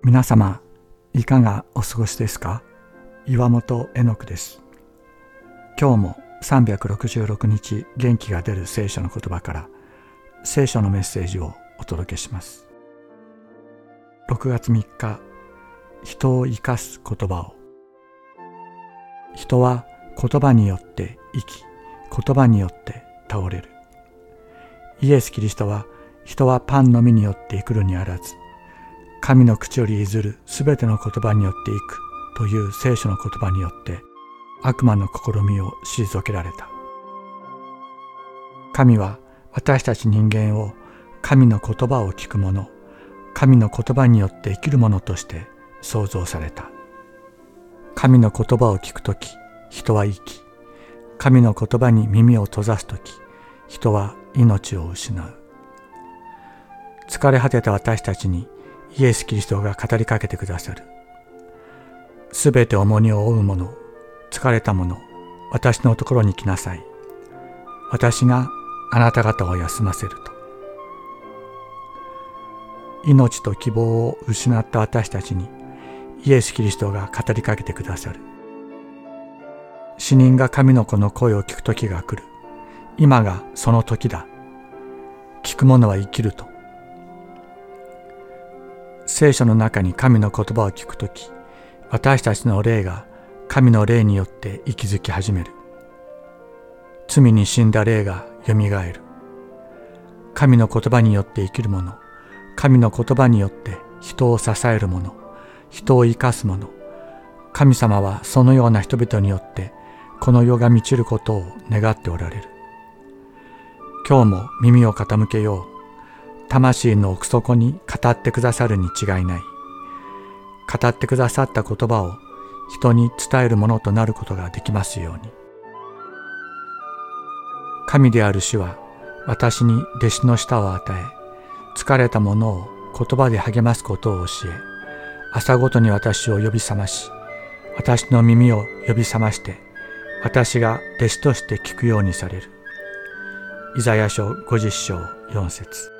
皆様いかがお過ごしですか？岩本絵音です。今日も366日元気が出る聖書の言葉から聖書のメッセージをお届けします。6月3日、人を生かす言葉を。人は言葉によって生き、言葉によって倒れる。イエス・キリストは、人はパンのみによって生くるにあらず、神の口より出るすべての言葉によって生くという聖書の言葉によって悪魔の試みを退けられた。神は私たち人間を神の言葉を聞く者、神の言葉によって生きる者として創造された。神の言葉を聞くとき、人は生き、神の言葉に耳を閉ざすとき、人は命を失う。疲れ果てた私たちにイエス・キリストが語りかけてくださる。すべて重荷を負う者、疲れた者、私のところに来なさい。私があなた方を休ませると。命と希望を失った私たちにイエス・キリストが語りかけてくださる。死人が神の子の声を聞く時が来る。今がその時だ。聞く者は生きると。聖書の中に神の言葉を聞くとき、私たちの霊が神の霊によって息づき始める。罪に死んだ霊がよみがえる。神の言葉によって生きる者、神の言葉によって人を支える者、人を生かす者、神様はそのような人々によってこの世が満ちることを願っておられる。今日も耳を傾けよう。魂の奥底に語ってくださるに違いない。語ってくださった言葉を人に伝えるものとなることができますように。神である主は私に弟子の舌を与え、疲れた者を言葉で励ますことを教え、朝ごとに私を呼び覚まし、私の耳を呼び覚まして、私が弟子として聞くようにされる。イザヤ書50章4節。